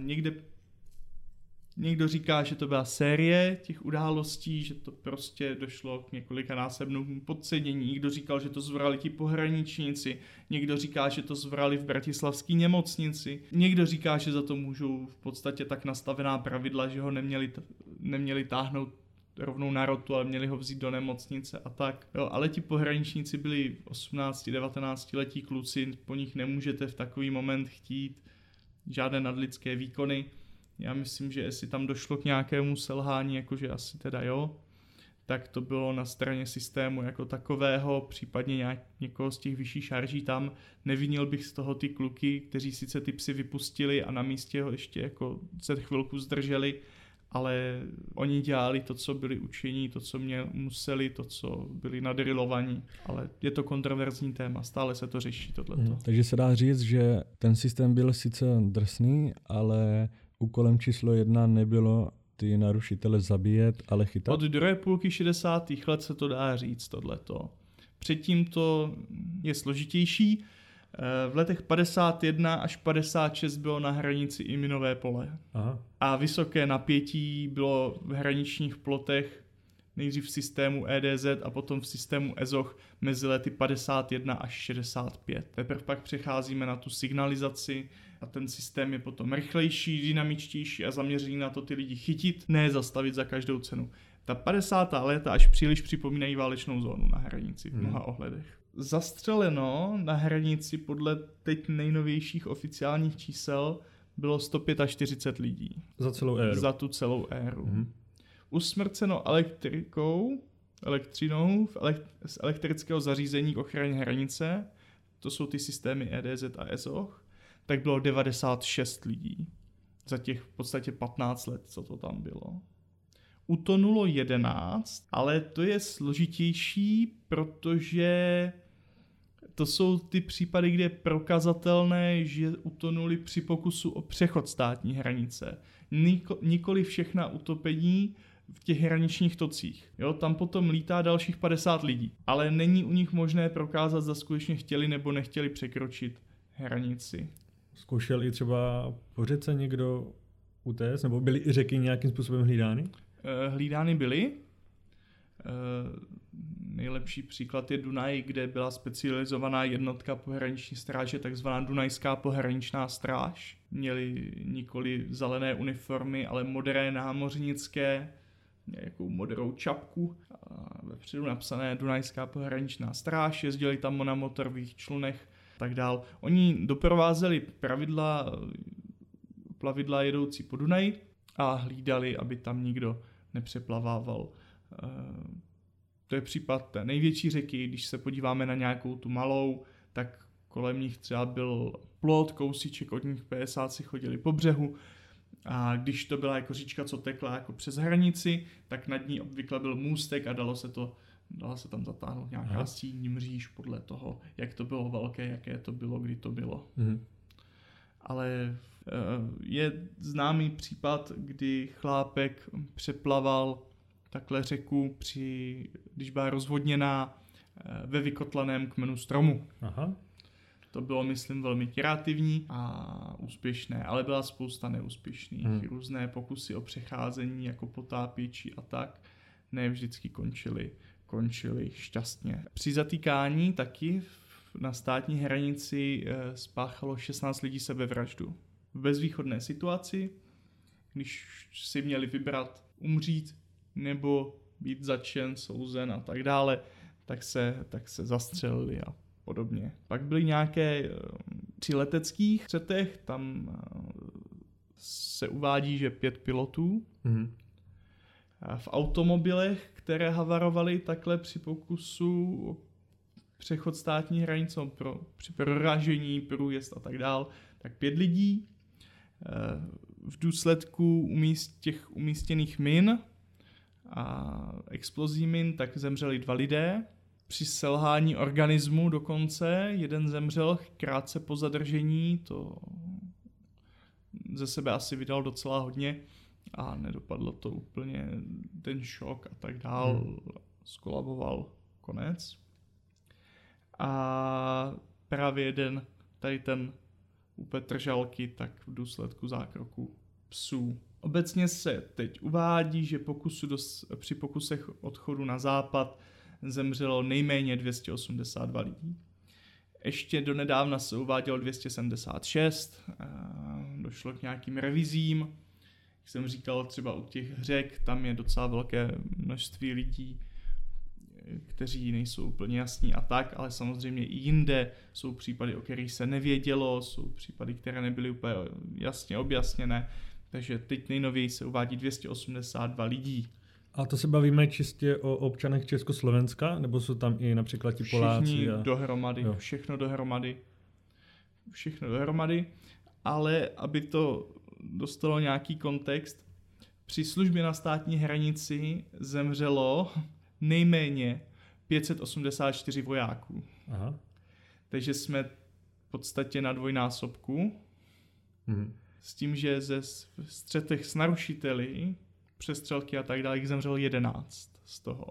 [SPEAKER 2] někdo říká, že to byla série těch událostí, že to prostě došlo k několikanásobnému podcenění. Někdo říkal, že to zvrali ti pohraničníci. Někdo říká, že to zvrali v bratislavské nemocnici. Někdo říká, že za to můžou v podstatě tak nastavená pravidla, že ho neměli táhnout rovnou na rotu, ale měli ho vzít do nemocnice a tak. Jo, ale ti pohraničníci byli 18-19 letí kluci, po nich nemůžete v takový moment chtít žádné nadlidské výkony. Já myslím, že jestli tam došlo k nějakému selhání, jakože asi teda jo, tak to bylo na straně systému jako takového, případně někoho z těch vyšších šarží tam. Nevinil bych z toho ty kluky, kteří sice ty psy vypustili a na místě ho ještě jako se chvilku zdrželi, ale oni dělali to, co byli učení, to, co museli, to, co byli nadrilovaní. Ale je to kontroverzní téma, stále se to řeší tohleto.
[SPEAKER 1] Takže se dá říct, že ten systém byl sice drsný, ale úkolem číslo 1 nebylo ty narušitele zabíjet, ale chytat?
[SPEAKER 2] Od druhé půlky 60. let se to dá říct tohleto. Předtím to je složitější. V letech 51 až 56 bylo na hranici i minové pole.
[SPEAKER 1] Aha.
[SPEAKER 2] A vysoké napětí bylo v hraničních plotech nejdřív v systému EDZ a potom v systému EZOH mezi lety 51 až 65. Teprve pak přecházíme na tu signalizaci a ten systém je potom rychlejší, dynamičtější a zaměřený na to ty lidi chytit, ne zastavit za každou cenu. Ta 50. léta až příliš připomínají válečnou zónu na hranici v mnoha ohledech. Zastřeleno na hranici podle teď nejnovějších oficiálních čísel bylo 145 lidí.
[SPEAKER 1] Za celou éru.
[SPEAKER 2] Za tu celou éru. Usmrceno elektřinou z elektrického zařízení k ochraně hranice, to jsou ty systémy EDZ a EZOH, tak bylo 96 lidí. Za těch v podstatě 15 let, co to tam bylo. Utonulo 11, ale to je složitější, protože to jsou ty případy, kde je prokazatelné, že utonuli při pokusu o přechod státní hranice. Nikoli všechna utopení v těch hraničních tocích. Jo, tam potom lítá dalších 50 lidí, ale není u nich možné prokázat, zda skutečně chtěli nebo nechtěli překročit hranici.
[SPEAKER 1] Zkoušel i třeba po řece někdo utéct, nebo byly i řeky nějakým způsobem hlídány?
[SPEAKER 2] Hlídány byly. Nejlepší příklad je Dunaj, kde byla specializovaná jednotka pohraniční stráže, takzvaná Dunajská pohraničná stráž. Měli nikoli zelené uniformy, ale modré námořnické, nějakou modrou čapku, vepředu napsané Dunajská pohraničná stráž, jezdili tam na motorových člunech a tak dál. Oni doprovázeli plavidla jedoucí po Dunaji a hlídali, aby tam nikdo nepřeplavával. To je případ té největší řeky, když se podíváme na nějakou tu malou, tak kolem nich třeba byl plot, kousíček od nich PSáci chodili po břehu a když to byla jako říčka, co tekla jako přes hranici, tak nad ní obvykle byl můstek a dala se tam zatáhnout nějaká síň mříž podle toho, jak to bylo velké, jaké to bylo, kdy to bylo. Ale je známý případ, kdy chlápek přeplaval takhle řeku, když byla rozvodněná ve vykotlaném kmenu stromu. Aha. To bylo, myslím, velmi kreativní a úspěšné, ale byla spousta neúspěšných. Různé pokusy o přecházení jako potápěči a tak ne vždycky končily šťastně. Při zatýkání taky na státní hranici spáchalo 16 lidí sebevraždu. V bezvýchodné situaci, když si měli vybrat umřít nebo být zatčen, souzen a tak dále, tak se zastřelili a podobně. Pak byly nějaké při leteckých střetech, tam se uvádí, že 5 pilotů. V automobilech, které havarovaly takhle při pokusu o přechod státní hranice, při proražení, průjezd a tak dál, tak 5 lidí. V důsledku těch umístěných min a explozí min tak zemřeli 2 lidé. Při selhání organismu dokonce jeden zemřel krátce po zadržení, to ze sebe asi vydal docela hodně a nedopadlo to úplně, ten šok a tak dál, skolaboval, konec. A právě ten u Petržalky, tak v důsledku zákroku psů. Obecně se teď uvádí, že při pokusech odchodu na západ zemřelo nejméně 282 lidí. Ještě donedávna se uvádělo 276, došlo k nějakým revizím. Jak jsem říkal, třeba u těch řek, tam je docela velké množství lidí, kteří nejsou úplně jasní a tak, ale samozřejmě i jinde jsou případy, o kterých se nevědělo, jsou případy, které nebyly úplně jasně objasněné, takže teď nejnověji se uvádí 282 lidí.
[SPEAKER 1] A to se bavíme čistě o občanech Československa, nebo jsou tam i například ti Poláci?
[SPEAKER 2] Všichni dohromady, všechno dohromady, ale aby to dostalo nějaký kontext, při službě na státní hranici zemřelo nejméně 584 vojáků. Aha. Takže jsme v podstatě na dvojnásobku. S tím, že ze střetech s narušiteli, přestřelky a tak dále, jich zemřelo 11 z toho.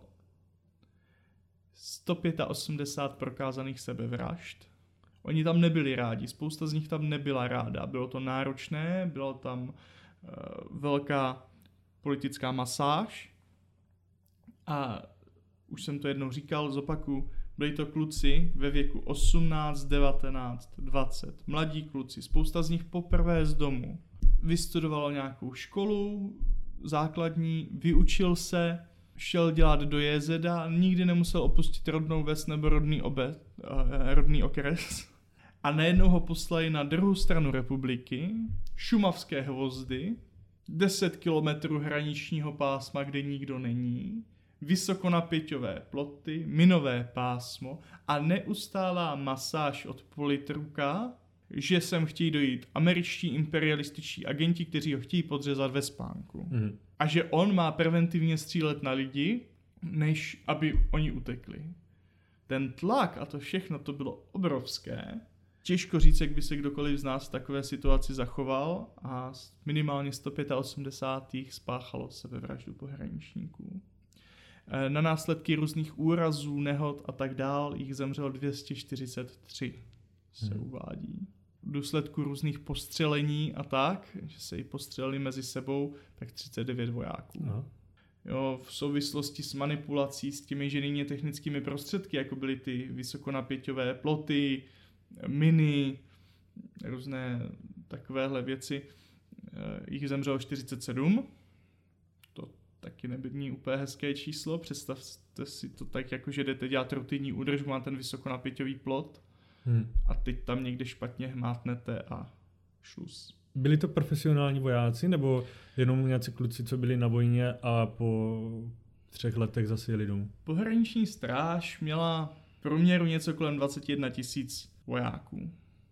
[SPEAKER 2] 185 prokázaných sebevražd. Oni tam nebyli rádi, spousta z nich tam nebyla ráda. Bylo to náročné, byla tam velká politická masáž a už jsem to jednou říkal, zopakuju, byli to kluci ve věku 18, 19, 20, mladí kluci, spousta z nich poprvé z domu. Vystudovalo nějakou školu základní, vyučil se, šel dělat do JZA, nikdy nemusel opustit rodnou ves nebo rodný okres. A najednou ho poslali na druhou stranu republiky, Šumavské Hvozdy, 10 kilometrů hraničního pásma, kde nikdo není, vysokonapěťové ploty, minové pásmo a neustálá masáž od politruka, že sem chtějí dojít američtí imperialističtí agenti, kteří ho chtějí podřezat ve spánku. A že on má preventivně střílet na lidi, než aby oni utekli. Ten tlak a to všechno, to bylo obrovské. Těžko říct, jak by se kdokoliv z nás v takové situaci zachoval a minimálně 185 spáchalo sebevraždu pohraničníků. Na následky různých úrazů, nehod a tak dál jich zemřelo 243, se uvádí. V důsledku různých postřelení a tak, že se i postřelili mezi sebou, tak 39 vojáků. Aha. Jo, v souvislosti s manipulací s těmi ženýně technickými prostředky, jako byly ty vysokonapěťové ploty, miny, různé takovéhle věci, jich zemřelo 47. To taky není úplně hezké číslo. Představte si to tak, jako že jdete dělat rutinní údržbu, má ten vysokonapěťový plot a teď tam někde špatně hmátnete a šluz.
[SPEAKER 1] Byli to profesionální vojáci nebo jenom nějací kluci, co byli na vojně a po 3 letech zase jeli domů?
[SPEAKER 2] Pohraniční stráž měla v průměru něco kolem 21 000 vojáků.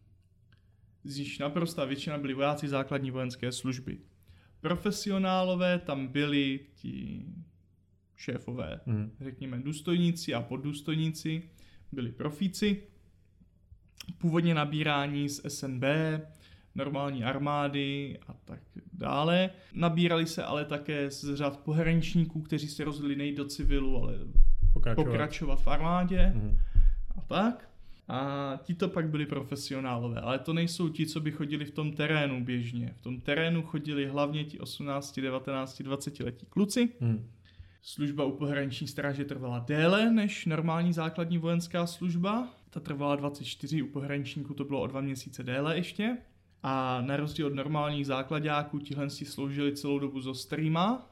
[SPEAKER 2] Z nich naprostá většina byli vojáci základní vojenské služby. Profesionálové tam byli ti šéfové, řekněme důstojníci a poddůstojníci, byli profíci, původně nabírání z SNB, normální armády a tak dále. Nabírali se ale také z řad pohraničníků, kteří se rozhodli nejít do civilu, ale pokračovat v armádě a tak. A ti to pak byli profesionálové, ale to nejsou ti, co by chodili v tom terénu běžně. V tom terénu chodili hlavně ti 18, 19, 20 letí kluci. Služba u pohraniční stráže trvala déle než normální základní vojenská služba. Ta trvala 24, u pohraničníků to bylo o 2 měsíce déle ještě. A na rozdíl od normálních záklaďáků tihle si sloužili celou dobu s ostrýma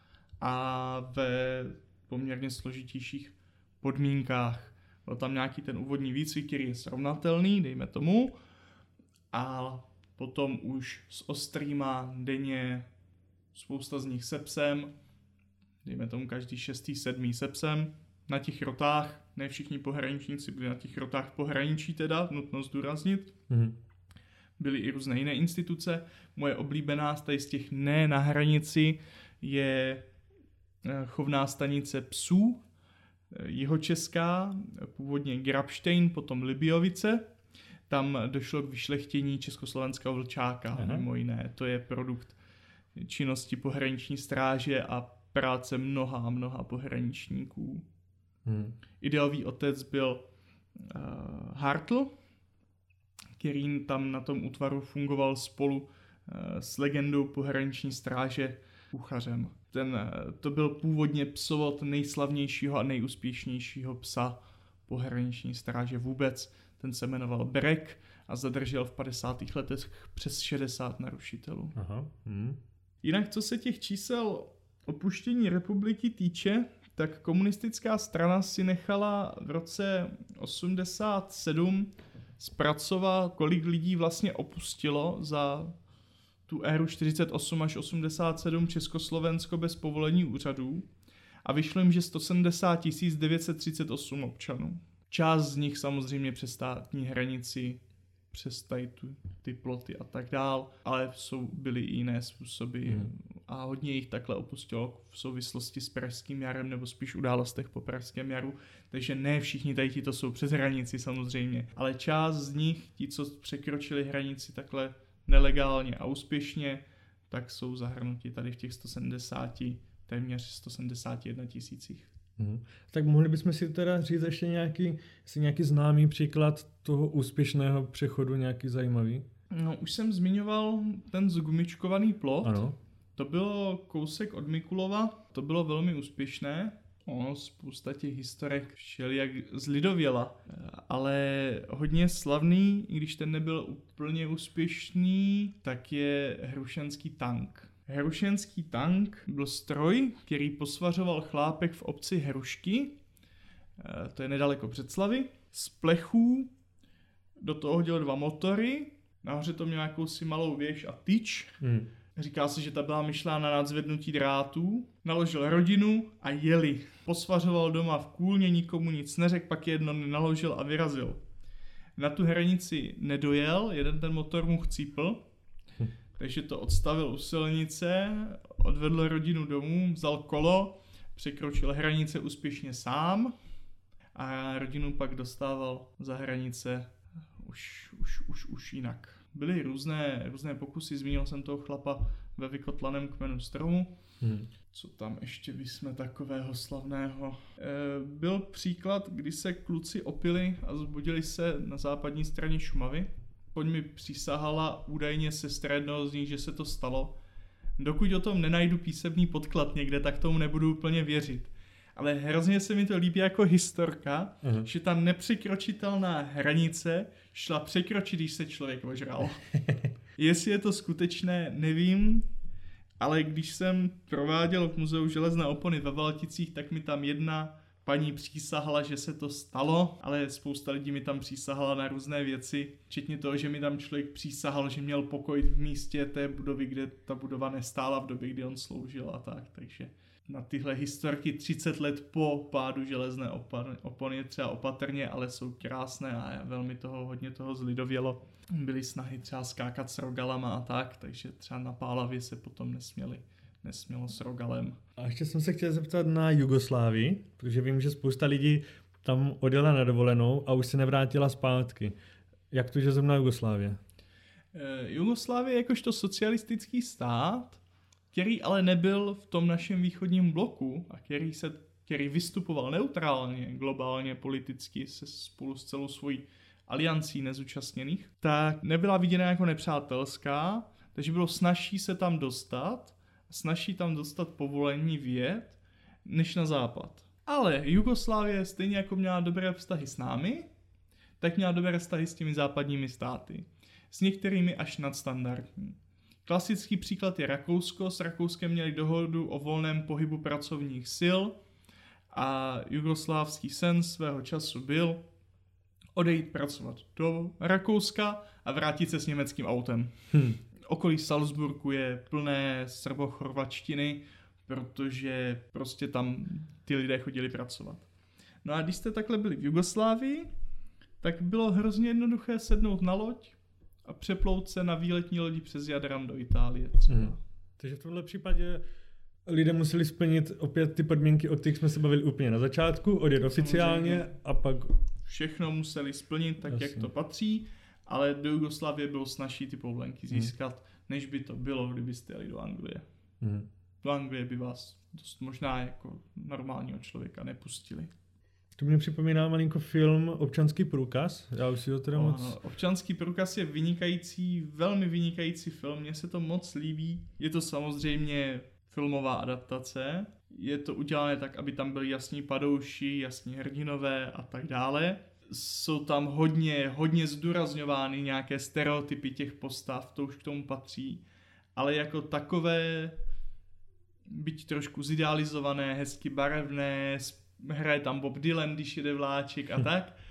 [SPEAKER 2] a ve poměrně složitějších podmínkách. Byl tam nějaký ten úvodní výcvik, který je srovnatelný, dejme tomu, a potom už s ostrýma denně spousta z nich sepsem, dejme tomu každý 6., 7. sepsem, na těch rotách, ne všichni pohraničníci byli na těch rotách pohraničí teda, nutno zdůraznit. Byly i různé jiné instituce. Moje oblíbená tady z těch ne na hranici je chovná stanice psů, jihočeská, původně Grabštejn, potom Libiovice. Tam došlo k vyšlechtění československého vlčáka, mimo jiné. To je produkt činnosti pohraniční stráže a práce mnoha pohraničníků. Ideový otec byl Hartl, který tam na tom útvaru fungoval spolu s legendou pohraniční stráže Kuchařem. To byl původně psovod nejslavnějšího a nejúspěšnějšího psa pohraniční stráže vůbec. Ten se jmenoval Brek a zadržel v 50. letech přes 60 narušitelů. Jinak co se těch čísel opuštění republiky týče, tak komunistická strana si nechala v roce 87 zpracovat, kolik lidí vlastně opustilo za tu éru 48 až 87 Československo bez povolení úřadů a vyšlo jim, že 170 938 občanů. Část z nich samozřejmě přes státní hranici, přes tady ty ploty a tak dál, ale byly i jiné způsoby a hodně jich takhle opustilo v souvislosti s Pražským jarem nebo spíš událostech po Pražském jaru, takže ne všichni tady to jsou přes hranici samozřejmě, ale část z nich, ti, co překročili hranici takhle nelegálně a úspěšně, tak jsou zahrnuti tady v těch 170, téměř 171 tisících.
[SPEAKER 1] Tak mohli bychom si teda říct ještě nějaký známý příklad toho úspěšného přechodu, nějaký zajímavý?
[SPEAKER 2] No, už jsem zmiňoval ten zgumičkovaný plot.
[SPEAKER 1] Ano.
[SPEAKER 2] To bylo kousek od Mikulova, to bylo velmi úspěšné. Spousta těch historek všelijak zlidověla, ale hodně slavný, i když ten nebyl úplně úspěšný, tak je Hrušenský tank. Herušenský tank byl stroj, který posvařoval chlápek v obci Herušky, to je nedaleko Břeclavy. Z plechů do toho hodil 2 motory, nahoře to měl jakousi malou věž a tyč. Říká se, že ta byla myšlá na nadzvednutí drátů. Naložil rodinu a jeli. Posvařoval doma v kůlně, nikomu nic neřekl, pak jedno naložil a vyrazil. Na tu hranici nedojel, jeden ten motor mu chcípl, takže to odstavil u silnice, odvedl rodinu domů, vzal kolo, překročil hranice úspěšně sám a rodinu pak dostával za hranice už jinak. Byly různé pokusy, zmínil jsem toho chlapa ve vykotlaném kmenu stromu. Co tam ještě bychom takového slavného? Byl příklad, kdy se kluci opili a zbudili se na západní straně Šumavy. Poď mi přísahala údajně sestra jednoho z nich, že se to stalo. Dokud o tom nenajdu písemný podklad někde, tak tomu nebudu úplně věřit. Ale hrozně se mi to líbí jako historka, že ta nepřekročitelná hranice šla překročit, když se člověk ožral. Jestli je to skutečné, nevím, ale když jsem prováděl v muzeu železné opony ve Valticích, tak mi tam jedna paní přísahala, že se to stalo, ale spousta lidí mi tam přísahala na různé věci, včetně toho, že mi tam člověk přísahal, že měl pokoj v místě té budovy, kde ta budova nestála v době, kdy on sloužil a tak, takže na tyhle historky 30 let po pádu železné opony je třeba opatrně, ale jsou krásné a hodně toho zlidovělo. Byly snahy třeba skákat s rogalama a tak, takže třeba na Pálavě se potom nesmělo s rogalem.
[SPEAKER 1] A ještě jsem se chtěl zeptat na Jugoslávii, protože vím, že spousta lidí tam odjela na dovolenou a už se nevrátila zpátky. Jak to, že zrovna Jugoslávie?
[SPEAKER 2] Jugoslávie jakožto socialistický stát, který ale nebyl v tom našem východním bloku a který vystupoval neutrálně, globálně, politicky spolu s celou svojí aliancí nezúčastněných, tak nebyla viděna jako nepřátelská, takže bylo snazší se tam dostat, snazší tam dostat povolení vjet, než na západ. Ale Jugoslávie stejně jako měla dobré vztahy s námi, tak měla dobré vztahy s těmi západními státy. S některými až nadstandardní. Klasický příklad je Rakousko. S Rakouskem měli dohodu o volném pohybu pracovních sil a jugoslávský sen svého času byl odejít pracovat do Rakouska a vrátit se s německým autem. Okolí Salzburgu je plné srbochorvačtiny, protože prostě tam ty lidé chodili pracovat. No a když jste takhle byli v Jugoslávii, tak bylo hrozně jednoduché sednout na loď a přeplout se na výletní lodi přes Jadran do Itálie třeba.
[SPEAKER 1] Takže v tomhle případě lidé museli splnit opět ty podmínky, o kterých jsme se bavili úplně na začátku, odjet oficiálně a pak...
[SPEAKER 2] Všechno museli splnit tak, jak to patří, ale do Jugoslávie bylo snazší ty povolenky získat, než by to bylo, kdybyste jeli do Anglie. Do Anglie by vás dost možná jako normálního člověka nepustili.
[SPEAKER 1] To mě připomíná malinko film Občanský průkaz. Já už si ho teda moc...
[SPEAKER 2] Občanský průkaz je vynikající, velmi vynikající film, mně se to moc líbí. Je to samozřejmě filmová adaptace, je to udělané tak, aby tam byli jasní padouši, jasní hrdinové a tak dále. Jsou tam hodně zdůrazňovány nějaké stereotypy těch postav, to už k tomu patří, ale jako takové, byť trošku zidealizované, hezky barevné, hraje tam Bob Dylan, když jede vláček a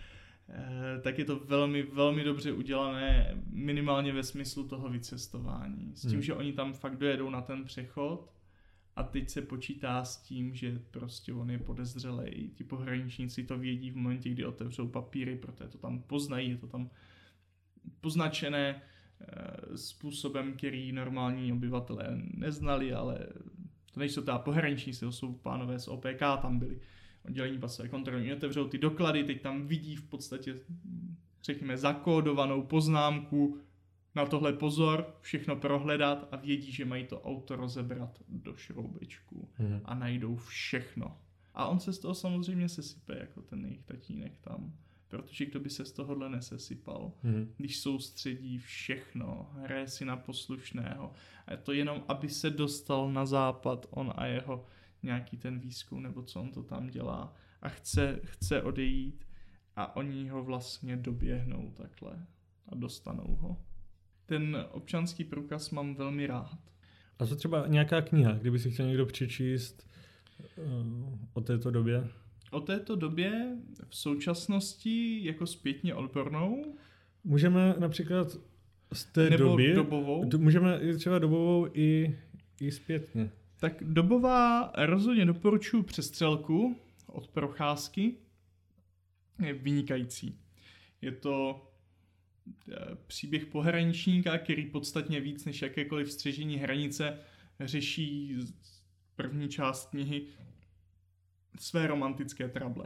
[SPEAKER 2] tak je to velmi, velmi dobře udělané, minimálně ve smyslu toho vycestování. S tím, že oni tam fakt dojedou na ten přechod a teď se počítá s tím, že prostě on je podezřelej. Ti pohraničníci to vědí v momentě, kdy otevřou papíry, protože to tam poznají, je to tam poznačené způsobem, který normální obyvatelé neznali, ale to nejsou teda pohraničníci, to jsou pánové z OPK, tam byli oddělení pasové kontroly. Oni otevřou ty doklady, teď tam vidí v podstatě, řekněme, zakódovanou poznámku, na tohle pozor, všechno prohledat a vědí, že mají to auto rozebrat do šroubečku a najdou všechno. A on se z toho samozřejmě sesype, jako ten jejich tatínek tam, protože kdo by se z tohohle nesesypal, když soustředí všechno, hraje si na poslušného. A je to jenom, aby se dostal na západ, on a jeho nějaký ten výzkum, nebo co on to tam dělá a chce odejít a oni ho vlastně doběhnou takhle a dostanou ho. Ten občanský průkaz mám velmi rád.
[SPEAKER 1] A co třeba nějaká kniha, kdyby si chtěl někdo přečíst o této době?
[SPEAKER 2] O této době v současnosti jako zpětně odbornou?
[SPEAKER 1] Můžeme například z té
[SPEAKER 2] nebo
[SPEAKER 1] doby...
[SPEAKER 2] dobovou?
[SPEAKER 1] Můžeme třeba dobovou i zpětně.
[SPEAKER 2] Tak dobová rozhodně doporučuji Přestřelku od Procházky. Je vynikající. Je to příběh pohraničníka, který podstatně víc než jakékoliv střežení hranice řeší první část knihy své romantické trable.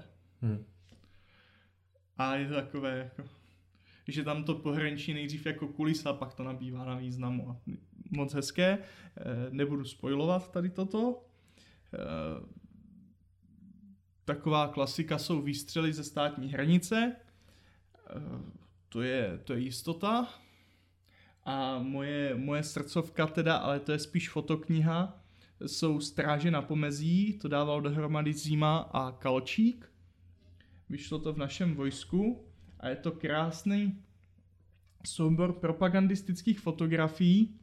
[SPEAKER 2] A je to takové, jako, že tam to pohraničí nejdřív jako kulisa, pak to nabývá na významu. A moc hezké. Nebudu spoilovat tady toto. Taková klasika jsou výstřely ze státní hranice. To je jistota. A moje srdcovka teda, ale to je spíš fotokniha, jsou Stráže na pomezí, to dával dohromady Zima a Kalčík. Vyšlo to v našem vojsku a je to krásný soubor propagandistických fotografií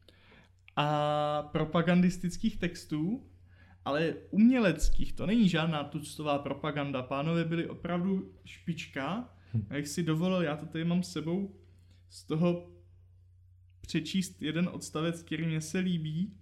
[SPEAKER 2] a propagandistických textů, ale uměleckých, to není žádná tuctová propaganda. Pánové byli opravdu špička. A jak si dovolil, já to tady mám s sebou, z toho přečíst jeden odstavec, který mě se líbí.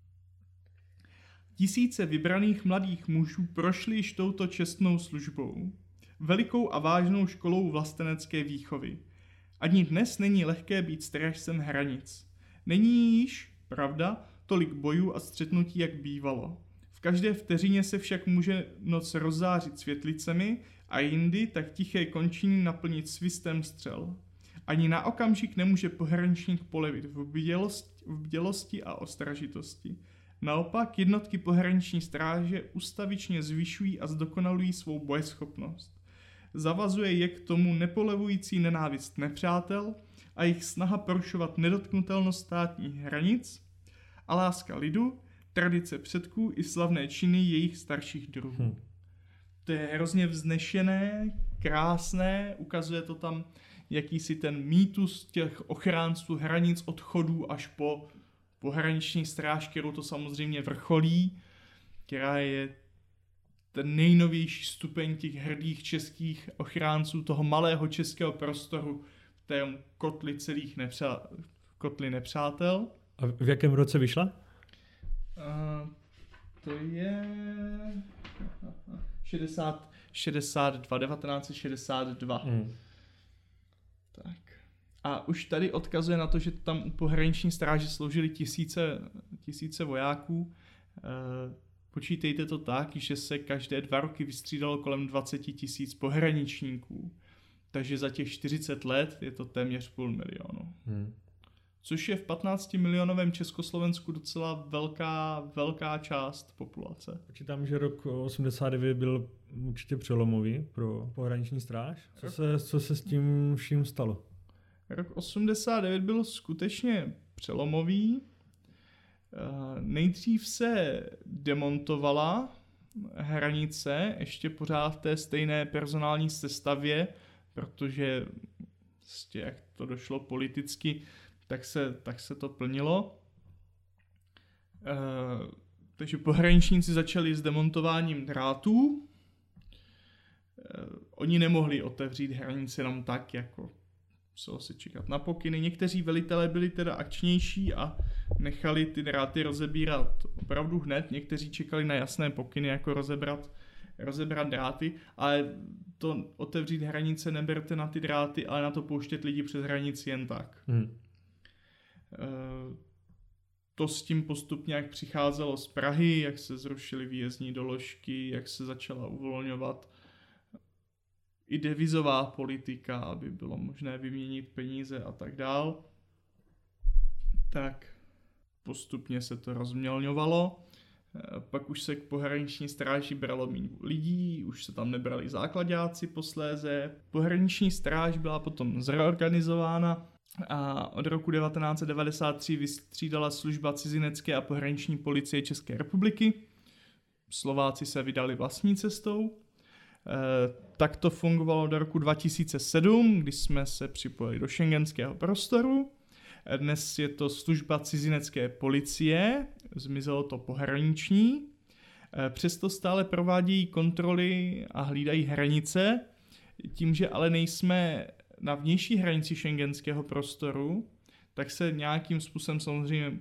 [SPEAKER 2] Tisíce vybraných mladých mužů prošli již touto čestnou službou, velikou a vážnou školou vlastenecké výchovy. Ani dnes není lehké být strážcem hranic. Není již, pravda, tolik bojů a střetnutí, jak bývalo. V každé vteřině se však může noc rozzářit světlicemi a jindy tak tiché končiny naplnit svistem střel. Ani na okamžik nemůže pohraničník polevit v bdělosti a ostražitosti. Naopak jednotky pohraniční stráže ustavičně zvyšují a zdokonalují svou bojeschopnost. Zavazuje je k tomu nepolevující nenávist nepřátel a jejich snaha porušovat nedotknutelnost státních hranic a láska lidu, tradice předků i slavné činy jejich starších druhů. To je hrozně vznešené, krásné, ukazuje to tam jakýsi ten mýtus těch ochránců hranic od chodů až po pohraniční stráž, kterou to samozřejmě vrcholí, která je ten nejnovější stupeň těch hrdých českých ochránců toho malého českého prostoru v té kotli nepřátel.
[SPEAKER 1] A v jakém roce vyšla?
[SPEAKER 2] To je 1962. Tak. A už tady odkazuje na to, že tam u pohraniční stráže sloužili tisíce vojáků. Počítejte to tak, že se každé 2 roky vystřídalo kolem 20 000 pohraničníků. Takže za těch 40 let je to téměř 500 000. Což je v 15 milionovém Československu docela velká část populace.
[SPEAKER 1] Počítám, že rok 89 byl určitě přelomový pro pohraniční stráž. Co se s tím vším stalo?
[SPEAKER 2] Rok 89 byl skutečně přelomový. Nejdřív se demontovala hranice, ještě pořád v té stejné personální sestavě, protože jak to došlo politicky, tak se to plnilo. Takže pohraničníci začali s demontováním drátů. Oni nemohli otevřít hranice jenom tak, jako muselo se čekat na pokyny. Někteří velitelé byli teda akčnější a nechali ty dráty rozebírat opravdu hned. Někteří čekali na jasné pokyny, jako rozebrat dráty, ale to otevřít hranice neberte na ty dráty, ale na to pouštět lidi přes hranici jen tak. To s tím postupně jak přicházelo z Prahy, jak se zrušily výjezdní doložky, jak se začala uvolňovat i devizová politika, aby bylo možné vyměnit peníze a tak dál. Tak postupně se to rozmělňovalo. Pak už se k pohraniční stráži bralo méně lidí, už se tam nebrali záklaďáci posléze. Pohraniční stráž byla potom zreorganizována a od roku 1993 vystřídala služba cizinecké a pohraniční policie České republiky. Slováci se vydali vlastní cestou. Tak to fungovalo do roku 2007, kdy jsme se připojili do schengenského prostoru. Dnes je to služba cizinecké policie, zmizelo to pohraniční. Přesto stále provádějí kontroly a hlídají hranice, tím, že ale nejsme na vnější hranici schengenského prostoru, tak se nějakým způsobem samozřejmě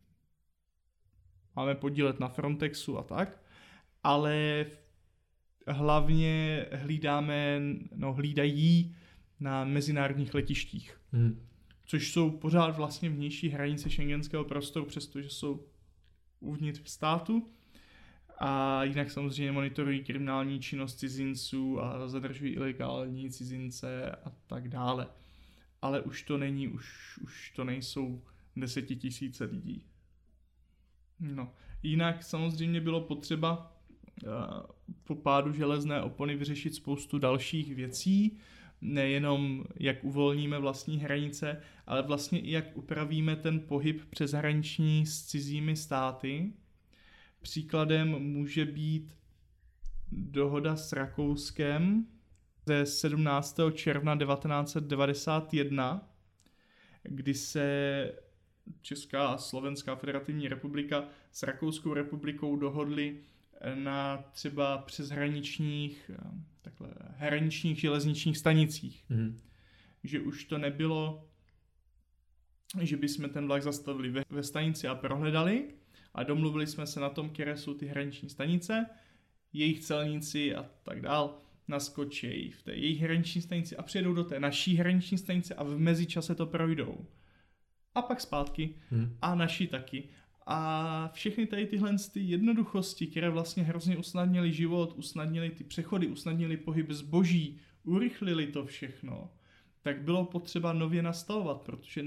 [SPEAKER 2] máme podílet na Frontexu a tak, ale hlavně hlídají na mezinárodních letištích, což jsou pořád vlastně vnější hranice schengenského prostoru, přestože jsou uvnitř státu. A jinak samozřejmě monitorují kriminální činnost cizinců a zadržují ilegální cizince a tak dále. Ale už to nejsou 10 000 lidí. No. Jinak samozřejmě bylo potřeba po pádu železné opony vyřešit spoustu dalších věcí, nejenom jak uvolníme vlastní hranice, ale vlastně i jak upravíme ten pohyb přeshraniční s cizími státy. Příkladem může být dohoda s Rakouskem ze 17. června 1991, kdy se Česká a Slovenská federativní republika s Rakouskou republikou dohodly na třeba přeshraničních hraničních železničních stanicích. Že už to nebylo, že bychom ten vlak zastavili ve stanici a prohledali, a domluvili jsme se na tom, které jsou ty hraniční stanice, jejich celníci a tak dál naskočí v té jejich hraniční stanici a přijedou do té naší hraniční stanice a v mezičase to projdou. A pak zpátky a naši taky. A všechny tady tyhle jednoduchosti, které vlastně hrozně usnadnily život, usnadnily ty přechody, usnadnily pohyb zboží, urychlili to všechno, tak bylo potřeba nově nastavovat, protože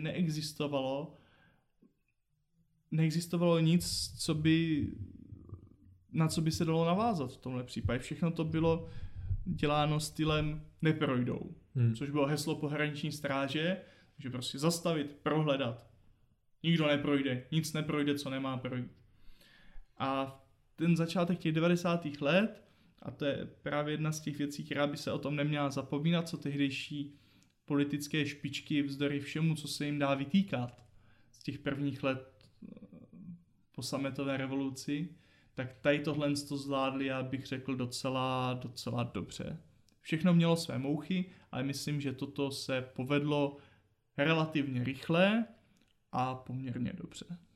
[SPEAKER 2] neexistovalo nic, na co by se dalo navázat v tomhle případě. Všechno to bylo děláno stylem neprojdou, což bylo heslo pohraniční stráže, že prostě zastavit, prohledat. Nikdo neprojde, nic neprojde, co nemá projít. A ten začátek těch 90. let, a to je právě jedna z těch věcí, která by se o tom neměla zapomínat, co tehdejší politické špičky vzdory všemu, co se jim dá vytýkat z těch prvních let po sametové revoluci, tak tady tohle to zvládli, já bych řekl, docela dobře. Všechno mělo své mouchy, ale myslím, že toto se povedlo relativně rychle a poměrně dobře.